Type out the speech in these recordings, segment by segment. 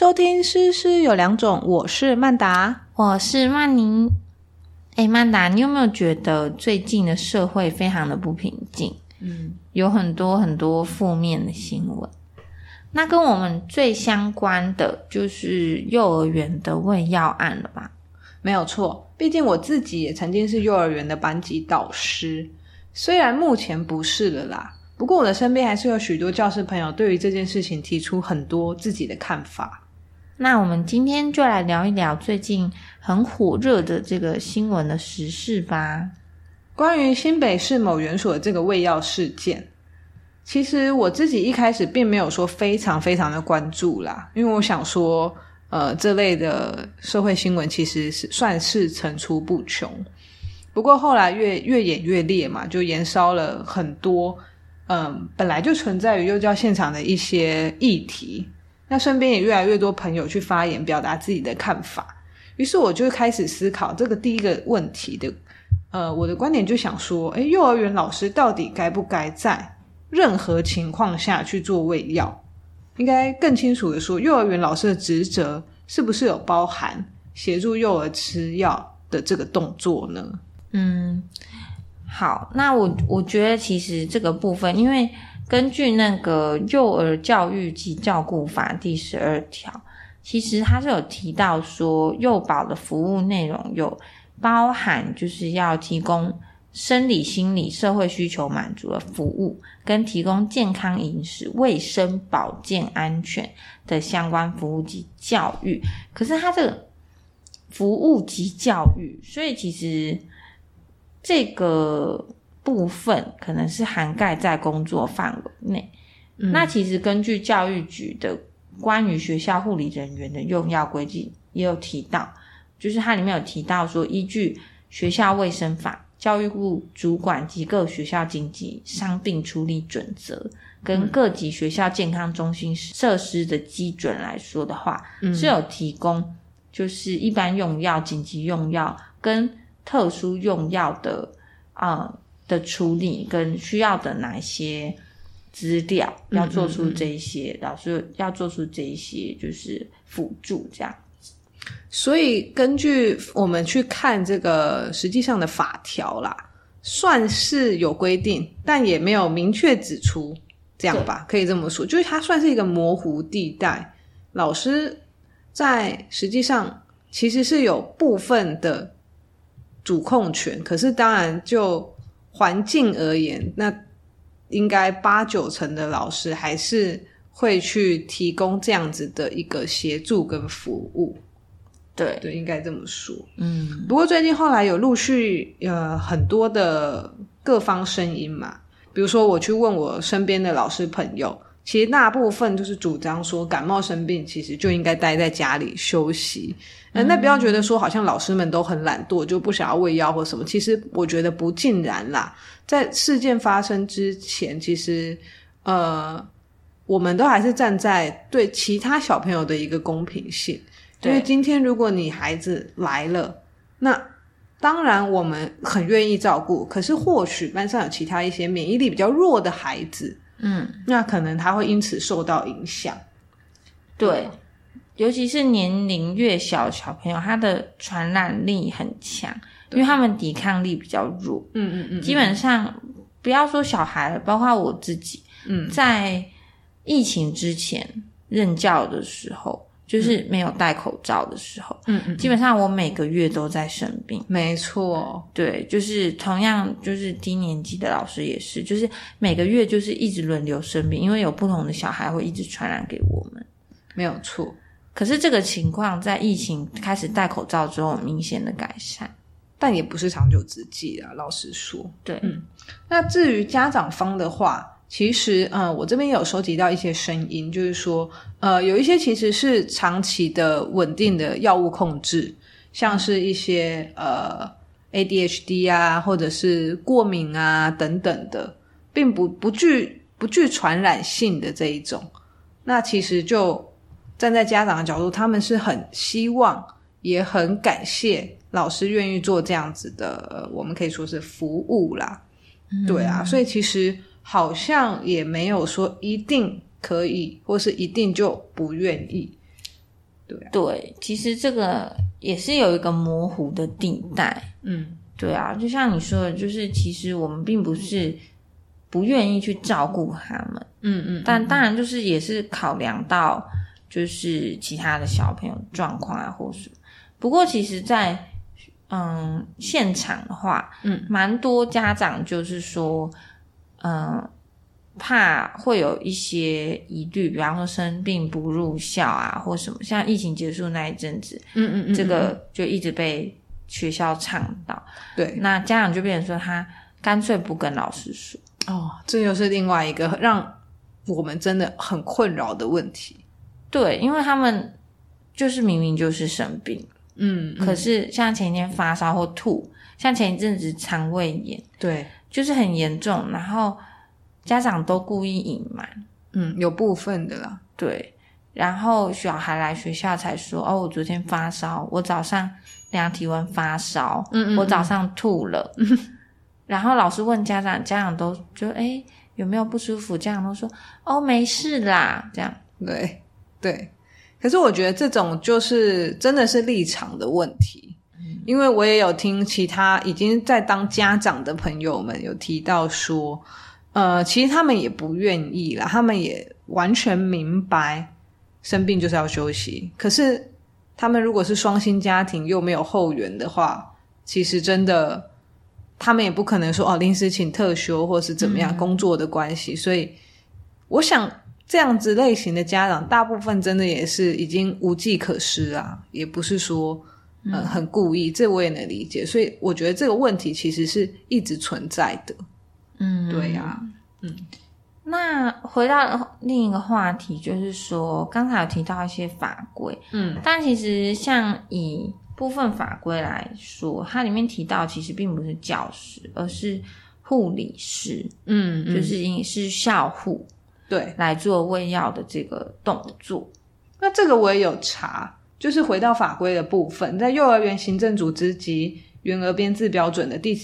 收听诗诗有两种，我是曼达， 我是曼宁。曼达，你有没有觉得最近的社会非常的不平静？有很多很多负面的新闻。那跟我们最相关的就是幼儿园的喂药案了吧？ 没有错，毕竟我自己也曾经是幼儿园的班级导师，虽然目前不是了啦，不过我的身边还是有许多教师朋友对于这件事情提出很多自己的看法。 那我们今天就来聊一聊最近很火热的这个新闻的时事吧。 关于新北市某园所的这个喂药事件，其实我自己一开始并没有说非常非常的关注啦，因为我想说这类的社会新闻其实算是层出不穷。不过后来越演越烈嘛，就延烧了很多本来就存在于幼教现场的一些议题。那身边也越来越多朋友去发言表达自己的看法，于是我就开始思考这个第一个问题的我的观点就想说，幼儿园老师到底该不该在任何情况下去做喂药？应该更清楚的说，幼儿园老师的职责是不是有包含协助幼儿吃药的这个动作呢？ 好，那我觉得其实这个部分，因为根据那个幼儿教育及照顾法第12条，其实它是有提到说幼保的服务内容有包含就是要提供生理、心理、社会需求满足的服务，跟提供健康饮食、卫生、保健、安全的相关服务及教育。可是它这个服务及教育，所以其实这个部分可能是涵盖在工作范围内。那其实根据教育局的关于学校护理人员的用药规定也有提到，就是它里面有提到说，依据学校卫生法、教育部主管及各学校紧急伤病处理准则跟各级学校健康中心设施的基准来说的话，是有提供就是一般用药、紧急用药跟特殊用药的处理跟需要的哪一些资料要做出这一些老师要做出这一些就是辅助这样。 所以根据我们去看这个实际上的法条啦，算是有规定，但也没有明确指出，这样吧，可以这么说，就是它算是一个模糊地带。老师在实际上其实是有部分的主控权，可是当然就环境而言，那应该8-9成的老师还是会去提供这样子的一个协助跟服务。对，应该这么说。不过最近后来有陆续很多的各方声音嘛，比如说我去问我身边的老师朋友，其实大部分就是主张说感冒生病其实就应该待在家里休息。那不要觉得说好像老师们都很懒惰就不想要喂药或什么，其实我觉得不尽然啦。在事件发生之前，其实我们都还是站在对其他小朋友的一个公平性。因为今天如果你孩子来了，那当然我们很愿意照顾，可是或许班上有其他一些免疫力比较弱的孩子，那可能他会因此受到影响。 对，尤其是年龄越小的小朋友，他的传染力很强，因为他们抵抗力比较弱。基本上不要说小孩了，包括我自己，在疫情之前任教的时候，就是没有戴口罩的时候，基本上我每个月都在生病。 没错， 对，就是同样就是低年级的老师也是，就是每个月就是一直轮流生病，因为有不同的小孩会一直传染给我们。 没有错。 可是这个情况在疫情开始戴口罩之后明显的改善， 但也不是长久之计啦，老实说。 对， 那至于家长方的话，其实我这边也有收集到一些声音，就是说有一些其实是长期的稳定的药物控制，像是一些ADHD 啊，或者是过敏啊等等的，并不具传染性的这一种。那其实就站在家长的角度，他们是很希望也很感谢老师愿意做这样子的我们可以说是服务啦。对啊，所以其实好像也没有说一定可以或是一定就不愿意。 对啊， 对，其实这个也是有一个模糊的地带。对啊，就像你说的，就是其实我们并不是不愿意去照顾他们，但当然就是也是考量到就是其他的小朋友状况啊或什么。不过其实在现场的话，蛮多家长就是说怕会有一些疑虑，比方说生病不入校啊或什么，像疫情结束那一阵子，这个就一直被学校倡导。对，那家长就变成说他干脆不跟老师说。 这又是另外一个让我们真的很困扰的问题。 对，因为他们就是明明就是生病，可是像前一天发烧或吐，像前一阵子肠胃炎， 对， 就是很严重，然后家长都故意隐瞒， 有部分的啦， 对，然后小孩来学校才说，我昨天发烧，我早上量体温发烧，我早上吐了，然后老师问家长，家长都就有没有不舒服，家长都说没事啦，这样。 对，可是我觉得这种就是真的是立场的问题，因为我也有听其他已经在当家长的朋友们有提到说其实他们也不愿意啦，他们也完全明白生病就是要休息，可是他们如果是双薪家庭又没有后援的话，其实真的他们也不可能说临时请特休或是怎么样，工作的关系，所以我想这样子类型的家长大部分真的也是已经无计可施啊，也不是说很故意，这我也能理解，所以我觉得这个问题其实是一直存在的。对啊， 那回到另一个话题，就是说刚才有提到一些法规，但其实像以部分法规来说，它里面提到其实并不是教师，而是护理师，就是是校护，对，来做喂药的这个动作。 那这个我也有查，就是回到法规的部分，在幼儿园行政组织及员额编制标准的第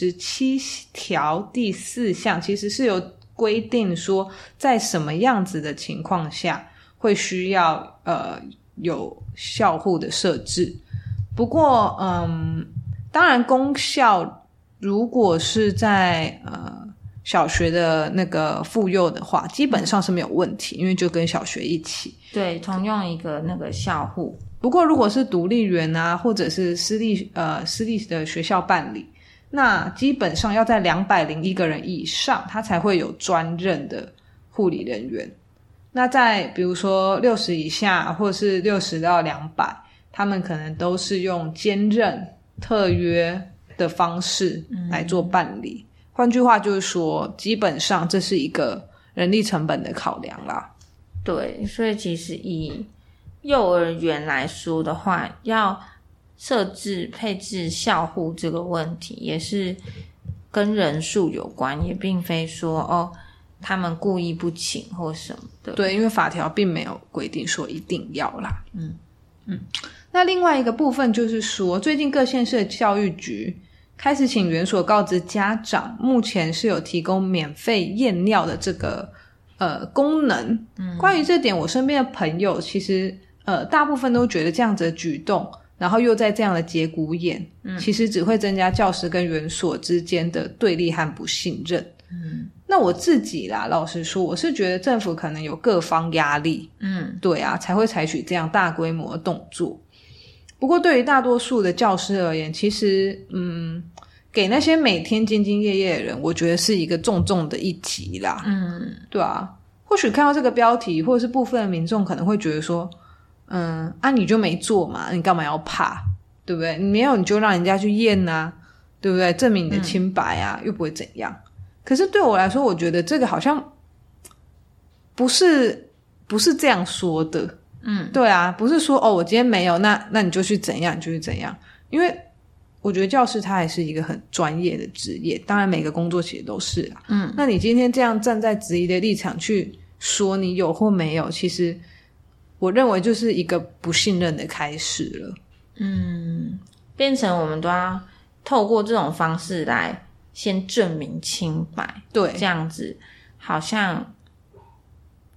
17条第4项，其实是有规定说在什么样子的情况下会需要有校护的设置。不过当然公校如果是在小学的那个妇幼的话，基本上是没有问题，因为就跟小学一起， 对，同用一个那个校护。 不过如果是独立园啊，或者是私立的学校办理，那基本上要在201个人以上，他才会有专任的护理人员。那在比如说60以下，或者是60到200，他们可能都是用兼任特约的方式来做办理。换句话就是说，基本上这是一个人力成本的考量啦。 对，所以其实以幼儿园来说的话，要设置配置校护这个问题也是跟人数有关，也并非说他们故意不请或什么的。 对，因为法条并没有规定说一定要啦。那另外一个部分就是说，最近各县市的教育局开始请园所告知家长，目前是有提供免费验尿的这个功能。关于这点，我身边的朋友其实大部分都觉得这样子的举动，然后又在这样的节骨眼，其实只会增加教师跟园所之间的对立和不信任。那我自己啦，老实说，我是觉得政府可能有各方压力，对啊，才会采取这样大规模的动作。不过对于大多数的教师而言，其实给那些每天兢兢业业的人，我觉得是一个重重的一击啦。对啊，或许看到这个标题，或者是部分的民众可能会觉得说你就没做嘛，你干嘛要怕，对不对？你没有你就让人家去验啊，对不对？证明你的清白啊，又不会怎样。可是对我来说，我觉得这个好像不是这样说的。对啊，不是说我今天没有，那你就去怎样，你就去怎样。因为我觉得教师他还是一个很专业的职业，当然每个工作其实都是啦。那你今天这样站在质疑的立场去说你有或没有，其实我认为就是一个不信任的开始了。 变成我们都要透过这种方式来先证明清白。对，这样子好像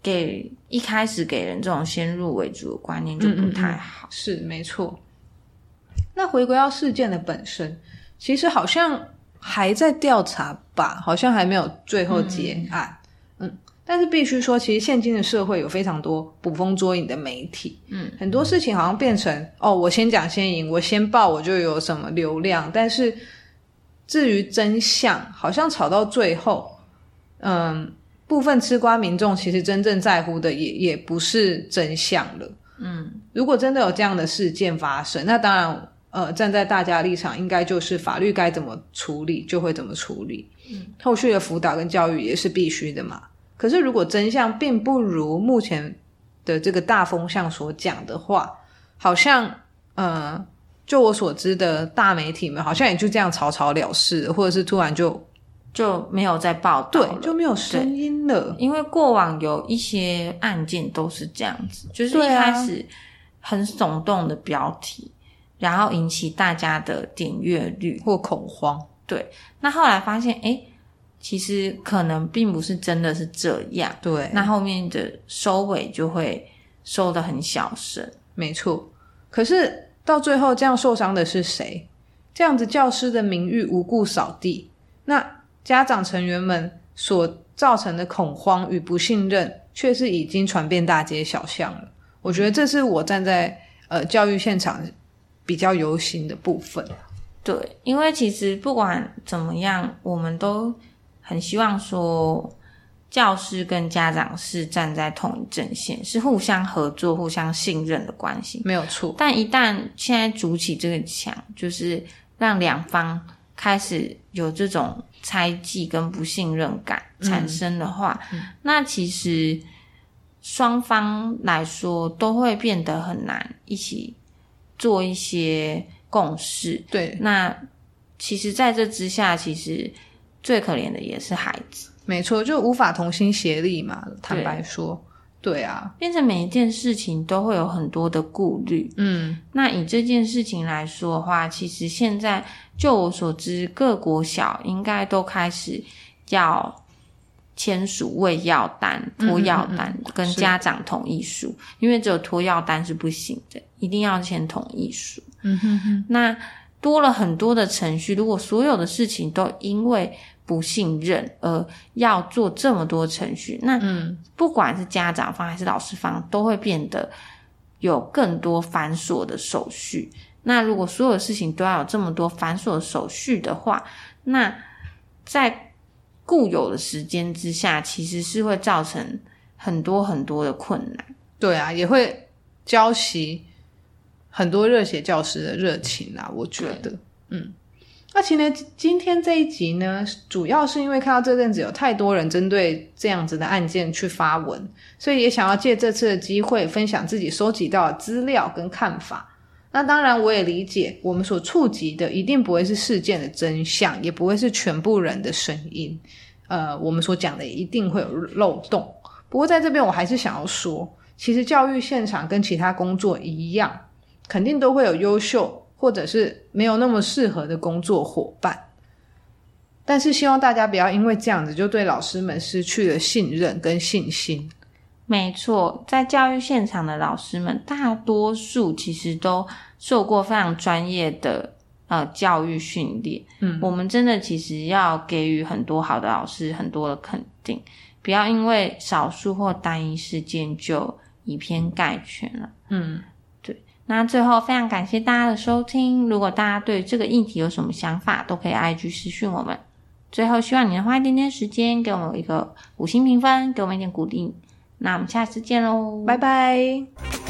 一开始给人这种先入为主的观念就不太好。 是没错。那回归到事件的本身，其实好像还在调查吧，好像还没有最后结案。但是必须说，其实现今的社会有非常多捕风捉影的媒体，很多事情好像变成我先讲先赢，我先报我就有什么流量，但是至于真相，好像吵到最后，部分吃瓜民众其实真正在乎的也不是真相了。如果真的有这样的事件发生，那当然站在大家的立场，应该就是法律该怎么处理就会怎么处理，后续的辅导跟教育也是必须的嘛。可是如果真相并不如目前的这个大风向所讲的话，好像就我所知的大媒体们好像也就这样草草了事，或者是突然就没有再报道了， 对，就没有声音了。 因为过往有一些案件都是这样子，就是一开始很耸动的标题，然后引起大家的点阅率或恐慌。 对，那后来发现其实可能并不是真的是这样。 对， 那后面的收尾就会收得很小声。 没错。可是到最后这样受伤的是谁？这样子教师的名誉无故扫地，那家长成员们所造成的恐慌与不信任却是已经传遍大街小巷了。我觉得这是我站在教育现场比较忧心的部分。 对，因为其实不管怎么样，我们都很希望说教师跟家长是站在同一阵线，是互相合作互相信任的关系， 没有错。 但一旦现在筑起这个墙，就是让两方开始有这种猜忌跟不信任感产生的话，那其实双方来说都会变得很难一起做一些共识。 对， 那其实在这之下，其实最可怜的也是孩子。 没错，就无法同心协力嘛，坦白说。对啊， 变成每一件事情都会有很多的顾虑。那以这件事情来说的话，其实现在就我所知，各国小应该都开始要签署喂药单、托药单跟家长同意书，因为只有托药单是不行的，一定要签同意书。那多了很多的程序，如果所有的事情都因为不信任而要做这么多程序，那不管是家长方还是老师方都会变得有更多繁琐的手续。那如果所有事情都要有这么多繁琐的手续的话，那在固有的时间之下，其实是会造成很多很多的困难。 对啊，也会浇熄很多热血教师的热情啊，我觉得。那其实今天这一集呢，主要是因为看到这阵子有太多人针对这样子的案件去发文，所以也想要借这次的机会分享自己收集到的资料跟看法。那当然我也理解我们所触及的一定不会是事件的真相，也不会是全部人的声音，我们所讲的也一定会有漏洞。不过在这边我还是想要说，其实教育现场跟其他工作一样，肯定都会有优秀或者是没有那么适合的工作伙伴，但是希望大家不要因为这样子就对老师们失去了信任跟信心。 没错，在教育现场的老师们大多数其实都受过非常专业的教育训练。我们真的其实要给予很多好的老师很多的肯定，不要因为少数或单一事件就以偏概全了。对。那最后非常感谢大家的收听，如果大家对这个议题有什么想法，都可以 IG 私讯我们。最后希望你能花一点点时间给我们一个5星评分，给我们一点鼓励。那我们下次见咯， 拜拜。